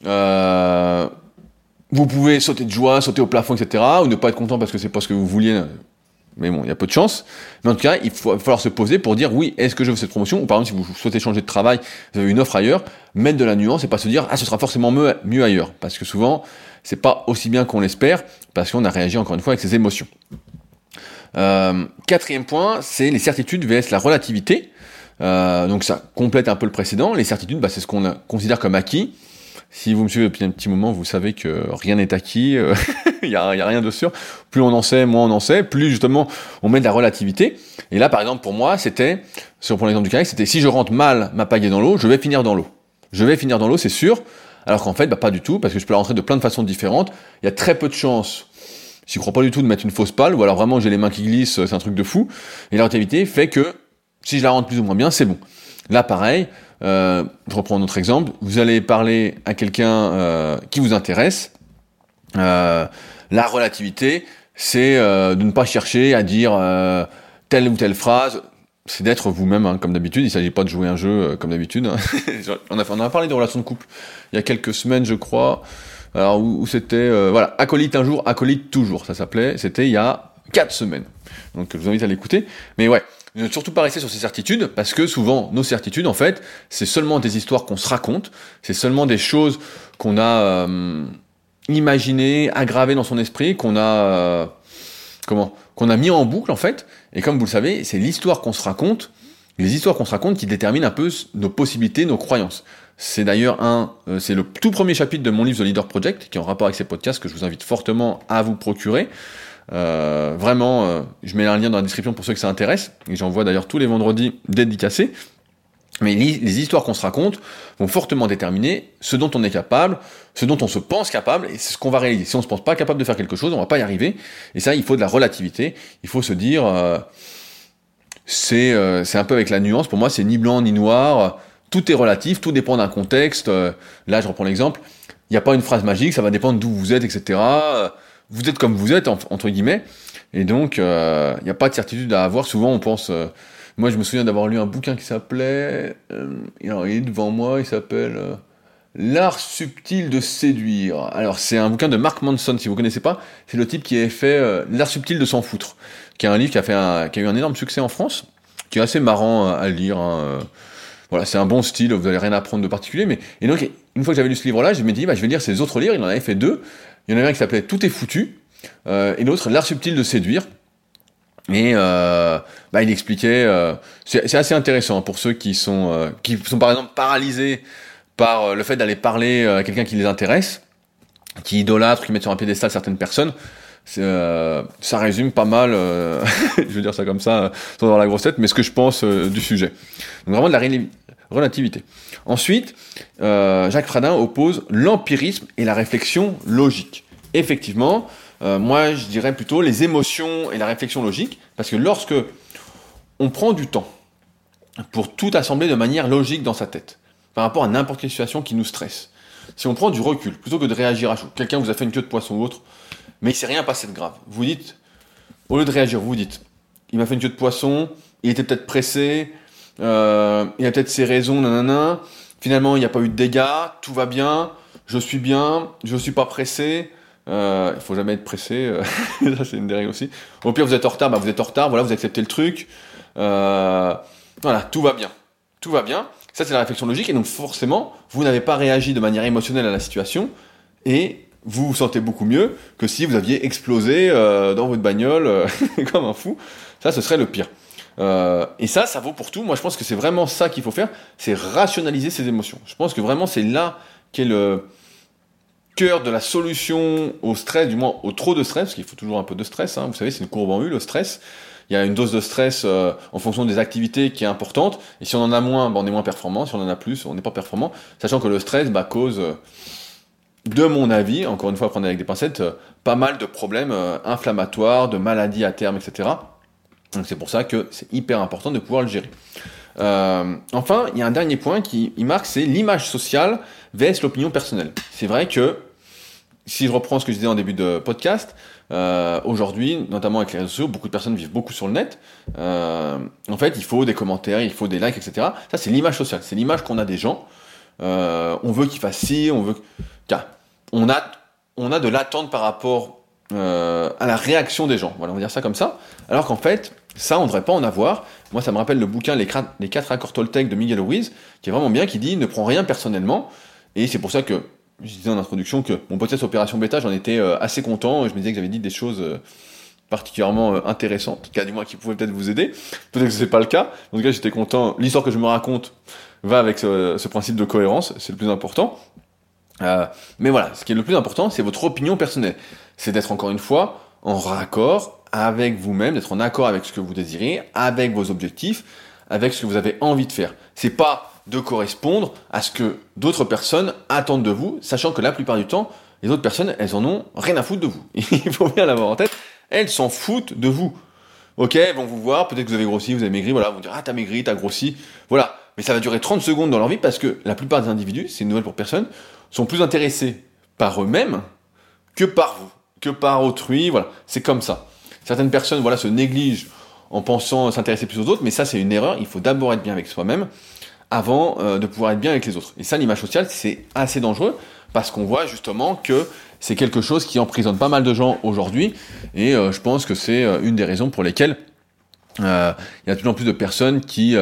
Vous pouvez sauter de joie, sauter au plafond, etc. ou ne pas être content parce que c'est pas ce que vous vouliez. Mais bon, il y a peu de chance. Mais en tout cas, il va falloir se poser pour dire oui, est-ce que je veux cette promotion ? Ou par exemple, si vous souhaitez changer de travail, vous avez une offre ailleurs, mettre de la nuance et pas se dire ce sera forcément mieux ailleurs. Parce que souvent, c'est pas aussi bien qu'on l'espère, parce qu'on a réagi encore une fois avec ses émotions. Quatrième point, c'est les certitudes vs la relativité. Donc ça complète un peu le précédent. Les certitudes, c'est ce qu'on considère comme acquis. Si vous me suivez depuis un petit moment, vous savez que rien n'est acquis, il y a rien de sûr. Plus on en sait, moins on en sait, plus justement on met de la relativité. Et là, par exemple, pour moi, c'était, si on prend l'exemple du kayak, c'était si je rentre mal ma pagaie dans l'eau, je vais finir dans l'eau. Je vais finir dans l'eau, c'est sûr. Alors qu'en fait, pas du tout, parce que je peux la rentrer de plein de façons différentes. Il y a très peu de chances, j'y crois pas du tout, de mettre une fausse pale, ou alors vraiment j'ai les mains qui glissent, c'est un truc de fou. Et la relativité fait que si je la rentre plus ou moins bien, c'est bon. Là, pareil. Je reprends un autre exemple. Vous allez parler à quelqu'un qui vous intéresse. La relativité, c'est de ne pas chercher à dire telle ou telle phrase. C'est d'être vous-même, comme d'habitude. Il ne s'agit pas de jouer un jeu comme d'habitude. On a parlé de relations de couple il y a quelques semaines, je crois. Alors où c'était acolyte un jour, acolyte toujours. Ça s'appelait. C'était il y a 4 semaines. Donc je vous invite à l'écouter. Mais ouais. Ne surtout pas rester sur ces certitudes, parce que souvent, nos certitudes, en fait, c'est seulement des histoires qu'on se raconte, c'est seulement des choses qu'on a imaginées, aggravées dans son esprit, qu'on a mis en boucle, en fait, et comme vous le savez, c'est les histoires qu'on se raconte qui déterminent un peu nos possibilités, nos croyances. C'est d'ailleurs c'est le tout premier chapitre de mon livre The Leader Project, qui est en rapport avec ces podcasts, que je vous invite fortement à vous procurer. Je mets un lien dans la description pour ceux que ça intéresse, et j'envoie d'ailleurs tous les vendredis dédicacés. Mais les histoires qu'on se raconte vont fortement déterminer ce dont on est capable, ce dont on se pense capable, et c'est ce qu'on va réaliser. Si on se pense pas capable de faire quelque chose, on va pas y arriver. Et ça, il faut de la relativité. Il faut se dire, c'est un peu avec la nuance. Pour moi, c'est ni blanc ni noir. tout est relatif, tout dépend d'un contexte. Là, je reprends l'exemple. Il n'y a pas une phrase magique, ça va dépendre d'où vous êtes, etc. Vous êtes comme vous êtes, entre guillemets. Et donc, il n'y a pas de certitude à avoir. Souvent, on pense... moi, je me souviens d'avoir lu un bouquin qui s'appelait... il est devant moi, il s'appelle... L'art subtil de séduire. Alors, c'est un bouquin de Mark Manson, si vous connaissez pas. C'est le type qui a fait L'art subtil de s'en foutre, qui est un livre qui a eu un énorme succès en France, qui est assez marrant à lire. Voilà, c'est un bon style, vous n'allez rien apprendre de particulier. Et donc, une fois que j'avais lu ce livre-là, je me dis, je vais lire ses autres livres. Il en avait fait 2. Il y en avait un qui s'appelait Tout est foutu, et l'autre, L'art subtil de séduire. Et il expliquait, c'est assez intéressant pour ceux qui sont par exemple paralysés par le fait d'aller parler à quelqu'un qui les intéresse, qui idolâtre, qui met sur un piédestal certaines personnes. Ça résume pas mal, je veux dire ça comme ça, sans avoir la grosse tête, mais ce que je pense du sujet. Donc vraiment de la relativité. Ensuite, Jacques Fradin oppose l'empirisme et la réflexion logique. Effectivement, moi je dirais plutôt les émotions et la réflexion logique, parce que lorsque on prend du temps pour tout assembler de manière logique dans sa tête, par rapport à n'importe quelle situation qui nous stresse, si on prend du recul, plutôt que de réagir à chaud, quelqu'un vous a fait une queue de poisson ou autre, mais il s'est rien passé de grave, vous dites, au lieu de réagir, vous dites, il m'a fait une queue de poisson, il était peut-être pressé, il a peut-être ses raisons, nanana, finalement il n'y a pas eu de dégâts, tout va bien, je suis pas pressé, il faut jamais être pressé, ça c'est une des règles aussi. Au pire vous êtes en retard, vous êtes en retard, voilà, vous acceptez le truc, voilà, tout va bien. Ça c'est la réflexion logique, et donc forcément vous n'avez pas réagi de manière émotionnelle à la situation, et vous vous sentez beaucoup mieux que si vous aviez explosé dans votre bagnole comme un fou. Ça, ce serait le pire. Et ça vaut pour tout. Moi, je pense que c'est vraiment ça qu'il faut faire, c'est rationaliser ses émotions. Je pense que vraiment, c'est là qu'est le cœur de la solution au stress, du moins au trop de stress, parce qu'il faut toujours un peu de stress. Vous savez, c'est une courbe en U, le stress. Il y a une dose de stress en fonction des activités qui est importante. Et si on en a moins, on est moins performant. Si on en a plus, on n'est pas performant. Sachant que le stress cause... de mon avis, encore une fois, à prendre avec des pincettes, pas mal de problèmes inflammatoires, de maladies à terme, etc. Donc c'est pour ça que c'est hyper important de pouvoir le gérer. Enfin, il y a un dernier point qui marque, c'est l'image sociale vs l'opinion personnelle. C'est vrai que, si je reprends ce que je disais en début de podcast, aujourd'hui, notamment avec les réseaux sociaux, beaucoup de personnes vivent beaucoup sur le net. En fait, il faut des commentaires, il faut des likes, etc. Ça, c'est l'image sociale, c'est l'image qu'on a des gens. On veut qu'ils fassent ci, on veut... On a de l'attente par rapport à la réaction des gens. Voilà, on va dire ça comme ça. Alors qu'en fait, ça, on ne devrait pas en avoir. Moi, ça me rappelle le bouquin Les 4 accords Toltec de Miguel Ruiz, qui est vraiment bien, qui dit « Ne prends rien personnellement ». Et c'est pour ça que, je disais en introduction, que mon podcast Opération Bêta, j'en étais assez content. Je me disais que j'avais dit des choses particulièrement intéressantes, en tout cas, du moins, qui pouvaient peut-être vous aider. Peut-être que ce n'est pas le cas. En tout cas, j'étais content. L'histoire que je me raconte va avec ce principe de cohérence. C'est le plus important. Mais voilà, ce qui est le plus important, c'est votre opinion personnelle. C'est d'être encore une fois en raccord avec vous-même, d'être en accord avec ce que vous désirez, avec vos objectifs, avec ce que vous avez envie de faire. C'est pas de correspondre à ce que d'autres personnes attendent de vous, sachant que la plupart du temps, les autres personnes, elles en ont rien à foutre de vous. Il faut bien l'avoir en tête, elles s'en foutent de vous. Ok, elles vont vous voir, peut-être que vous avez grossi, vous avez maigri, voilà, vont dire « Ah, t'as maigri, t'as grossi », voilà. Mais ça va durer 30 secondes dans leur vie, parce que la plupart des individus, c'est une nouvelle pour personne, sont plus intéressés par eux-mêmes que par vous, que par autrui, voilà, c'est comme ça. Certaines personnes, voilà, se négligent en pensant s'intéresser plus aux autres, mais ça c'est une erreur, il faut d'abord être bien avec soi-même avant de pouvoir être bien avec les autres. Et ça, l'image sociale, c'est assez dangereux, parce qu'on voit justement que c'est quelque chose qui emprisonne pas mal de gens aujourd'hui, et je pense que c'est une des raisons pour lesquelles il y a de plus en plus de personnes qui...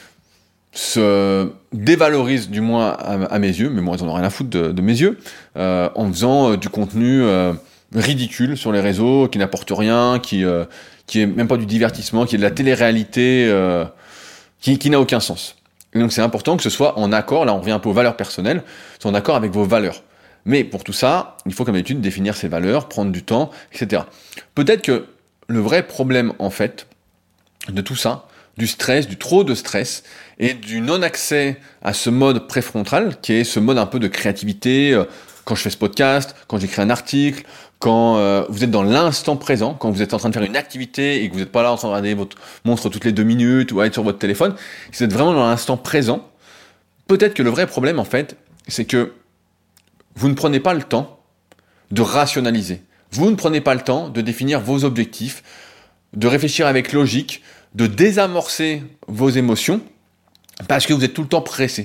se dévalorisent, du moins à mes yeux, mais moi ils en ont rien à foutre de mes yeux, en faisant du contenu ridicule sur les réseaux, qui n'apporte rien, qui est même pas du divertissement, qui est de la télé-réalité, qui n'a aucun sens. Et donc c'est important que ce soit en accord, là on revient un peu aux valeurs personnelles, soit en accord avec vos valeurs. Mais pour tout ça, il faut comme d'habitude définir ses valeurs, prendre du temps, etc. Peut-être que le vrai problème en fait de tout ça, du stress, du trop de stress, et du non-accès à ce mode préfrontal, qui est ce mode un peu de créativité, quand je fais ce podcast, quand j'écris un article, quand vous êtes dans l'instant présent, quand vous êtes en train de faire une activité et que vous n'êtes pas là en train de regarder votre montre toutes les 2 minutes ou à être sur votre téléphone, si vous êtes vraiment dans l'instant présent, peut-être que le vrai problème, en fait, c'est que vous ne prenez pas le temps de rationaliser. Vous ne prenez pas le temps de définir vos objectifs, de réfléchir avec logique, de désamorcer vos émotions, parce que vous êtes tout le temps pressé.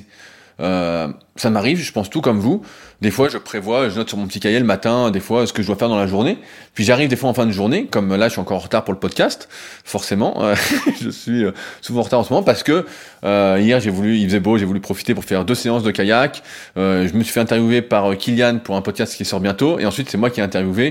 Ça m'arrive, je pense tout comme vous. Des fois, je note sur mon petit cahier le matin, des fois, ce que je dois faire dans la journée. Puis j'arrive des fois en fin de journée, comme là, je suis encore en retard pour le podcast, forcément. Je suis souvent en retard en ce moment parce que hier, il faisait beau, j'ai voulu profiter pour faire 2 séances de kayak. Je me suis fait interviewer par Kylian pour un podcast qui sort bientôt. Et ensuite, c'est moi qui ai interviewé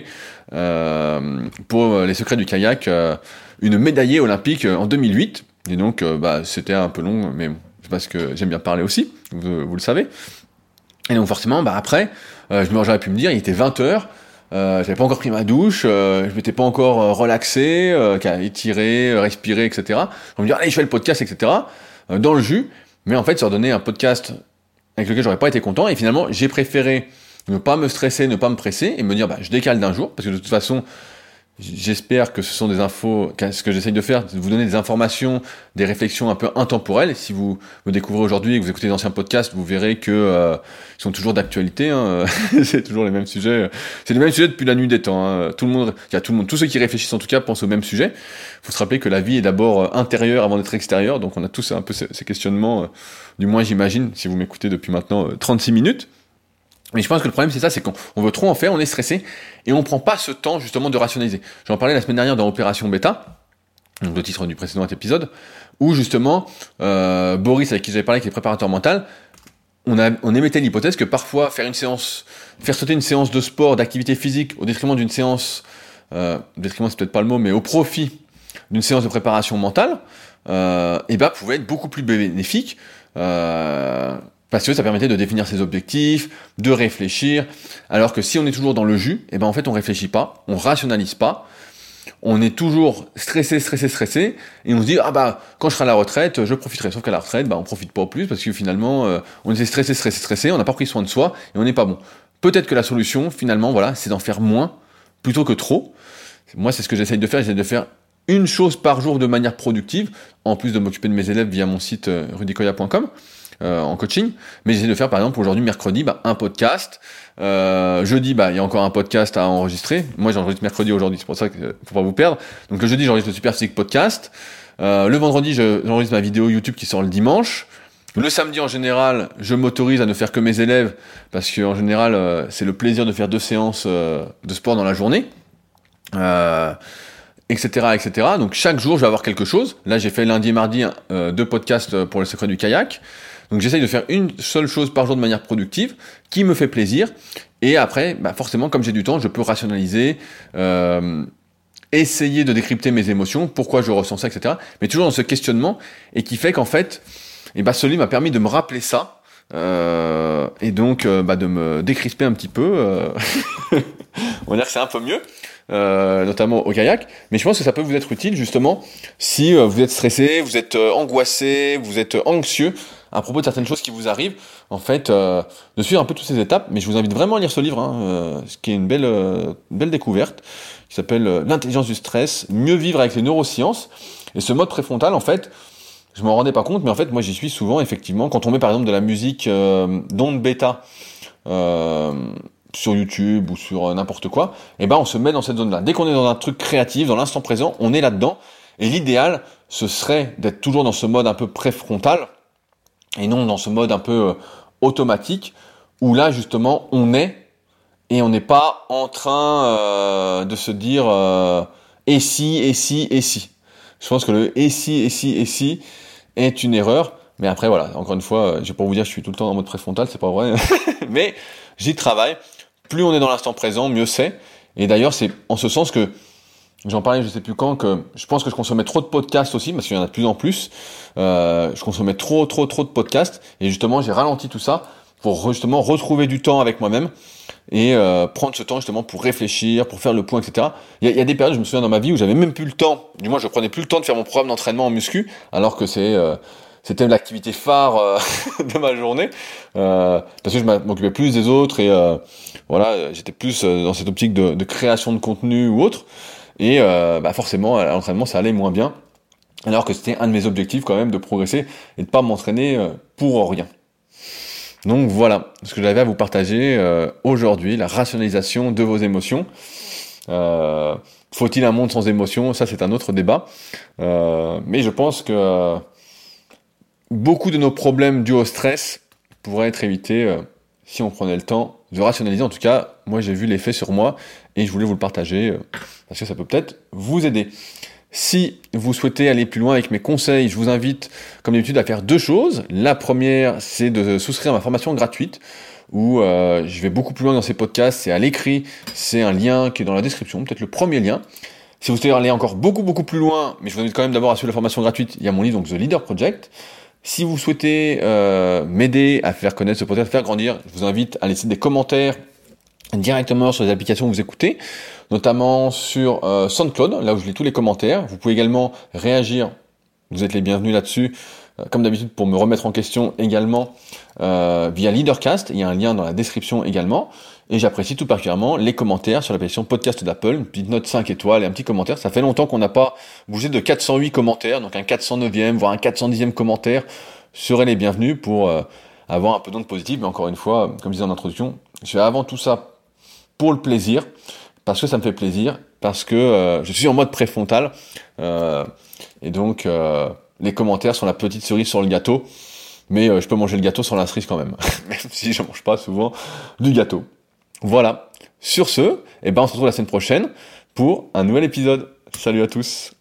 pour les secrets du kayak une médaillée olympique en 2008. Et donc, c'était un peu long, mais bon, c'est parce que j'aime bien parler aussi, vous le savez. Et donc forcément, après, j'aurais pu me dire, il était 20h, j'avais pas encore pris ma douche, je m'étais pas encore relaxé, étiré, respiré, etc. On me dit, allez, je fais le podcast, etc. Dans le jus, mais en fait, ça redonnait un podcast avec lequel j'aurais pas été content, et finalement, j'ai préféré ne pas me stresser, ne pas me presser, et me dire, je décale d'un jour, parce que de toute façon, j'espère que ce sont des infos, ce que j'essaye de faire, c'est de vous donner des informations, des réflexions un peu intemporelles. Et si vous me découvrez aujourd'hui et que vous écoutez d'anciens podcasts, vous verrez que ils sont toujours d'actualité. C'est toujours les mêmes sujets. C'est les mêmes sujets depuis la nuit des temps. Tous ceux qui réfléchissent en tout cas pensent au même sujet. Il faut se rappeler que la vie est d'abord intérieure avant d'être extérieure. Donc on a tous un peu ces questionnements, du moins j'imagine, si vous m'écoutez depuis maintenant 36 minutes. Mais je pense que le problème c'est ça, c'est qu'on veut trop en faire, on est stressé, et on prend pas ce temps justement de rationaliser. J'en parlais la semaine dernière dans Opération Bêta, donc le titre du précédent épisode, où justement, Boris, avec qui j'avais parlé avec les préparateurs mentaux, on émettait l'hypothèse que parfois faire sauter une séance de sport, d'activité physique, au détriment d'une séance, détriment c'est peut-être pas le mot, mais au profit d'une séance de préparation mentale, pouvait être beaucoup plus bénéfique, parce que ça permettait de définir ses objectifs, de réfléchir, alors que si on est toujours dans le jus, en fait on réfléchit pas, on rationalise pas, on est toujours stressé, et on se dit, quand je serai à la retraite, je profiterai. Sauf qu'à la retraite, on profite pas plus, parce que finalement, on était stressé, on n'a pas pris soin de soi, et on n'est pas bon. Peut-être que la solution, finalement, c'est d'en faire moins, plutôt que trop. Moi, c'est ce que j'essaye de faire, une chose par jour de manière productive, en plus de m'occuper de mes élèves via mon site rudicoya.com, en coaching, mais j'essaie de faire par exemple aujourd'hui mercredi un podcast, jeudi il y a encore un podcast à enregistrer, moi j'enregistre mercredi aujourd'hui, c'est pour ça que faut pas vous perdre, donc le jeudi j'enregistre le Super Physique Podcast, le vendredi j'enregistre ma vidéo YouTube qui sort le dimanche, le samedi en général je m'autorise à ne faire que mes élèves, parce que en général c'est le plaisir de faire 2 séances de sport dans la journée, etc. Donc chaque jour je vais avoir quelque chose. Là j'ai fait lundi et mardi 2 podcasts pour le secret du kayak. Donc j'essaye de faire une seule chose par jour de manière productive, qui me fait plaisir, et après, forcément, comme j'ai du temps, je peux rationaliser, essayer de décrypter mes émotions, pourquoi je ressens ça, etc. Mais toujours dans ce questionnement, et qui fait qu'en fait, ce livre m'a permis de me rappeler ça, et donc de me décrisper un petit peu, on va dire que c'est un peu mieux, notamment au kayak, mais je pense que ça peut vous être utile justement si vous êtes stressé, vous êtes angoissé, vous êtes anxieux à propos de certaines choses qui vous arrivent, en fait, de suivre un peu toutes ces étapes. Mais je vous invite vraiment à lire ce livre, ce qui est une belle découverte, qui s'appelle L'intelligence du stress, mieux vivre avec les neurosciences. Et ce mode préfrontal, en fait, je m'en rendais pas compte, mais en fait, moi j'y suis souvent, effectivement, quand on met par exemple de la musique d'onde bêta sur YouTube ou sur n'importe quoi, on se met dans cette zone-là. Dès qu'on est dans un truc créatif, dans l'instant présent, on est là-dedans. Et l'idéal, ce serait d'être toujours dans ce mode un peu préfrontal, et non dans ce mode un peu automatique, où là, justement, on est, et on n'est pas en train de se dire et si. Je pense que le et si est une erreur, mais après, voilà, encore une fois, je vais pas vous dire que je suis tout le temps en mode préfrontal, c'est pas vrai, mais j'y travaille. Plus on est dans l'instant présent, mieux c'est. Et d'ailleurs, c'est en ce sens que, j'en parlais je sais plus quand, que je pense que je consommais trop de podcasts aussi, parce qu'il y en a de plus en plus. Je consommais trop de podcasts, et justement j'ai ralenti tout ça pour justement retrouver du temps avec moi-même, et prendre ce temps justement pour réfléchir, pour faire le point, etc. Il y a des périodes, je me souviens dans ma vie, où j'avais même plus le temps, du moins je prenais plus le temps de faire mon programme d'entraînement en muscu, alors que c'était l'activité phare de ma journée, parce que je m'occupais plus des autres, et j'étais plus dans cette optique de création de contenu ou autre. Et forcément, à l'entraînement, ça allait moins bien, alors que c'était un de mes objectifs quand même de progresser et de pas m'entraîner pour rien. Donc voilà ce que j'avais à vous partager aujourd'hui, la rationalisation de vos émotions. Faut-il un monde sans émotions? Ça, c'est un autre débat. Mais je pense que beaucoup de nos problèmes dus au stress pourraient être évités si on prenait le temps de rationaliser. En tout cas, moi, j'ai vu l'effet sur moi et je voulais vous le partager parce que ça peut peut-être vous aider. Si vous souhaitez aller plus loin avec mes conseils, je vous invite, comme d'habitude, à faire 2 choses. La première, c'est de souscrire à ma formation gratuite où je vais beaucoup plus loin dans ces podcasts. C'est à l'écrit, c'est un lien qui est dans la description, peut-être le premier lien. Si vous souhaitez aller encore beaucoup plus loin, mais je vous invite quand même d'abord à suivre la formation gratuite, il y a mon livre, donc The Leader Project. Si vous souhaitez m'aider à faire connaître ce podcast, à faire grandir, je vous invite à laisser des commentaires directement sur les applications que vous écoutez, notamment sur SoundCloud, là où je lis tous les commentaires. Vous pouvez également réagir, vous êtes les bienvenus là-dessus, comme d'habitude pour me remettre en question également via Leadercast, il y a un lien dans la description également, et j'apprécie tout particulièrement les commentaires sur l'application podcast d'Apple, une petite note 5 étoiles et un petit commentaire. Ça fait longtemps qu'on n'a pas bougé de 408 commentaires, donc un 409e, voire un 410e commentaire seraient les bienvenus pour avoir un peu d'onde positive. Mais encore une fois, comme je disais en introduction, je fais avant tout ça pour le plaisir, parce que ça me fait plaisir, parce que je suis en mode préfrontal, et donc les commentaires sont la petite cerise sur le gâteau, mais je peux manger le gâteau sans la cerise quand même, même si je mange pas souvent du gâteau. Voilà, sur ce, on se retrouve la semaine prochaine pour un nouvel épisode. Salut à tous.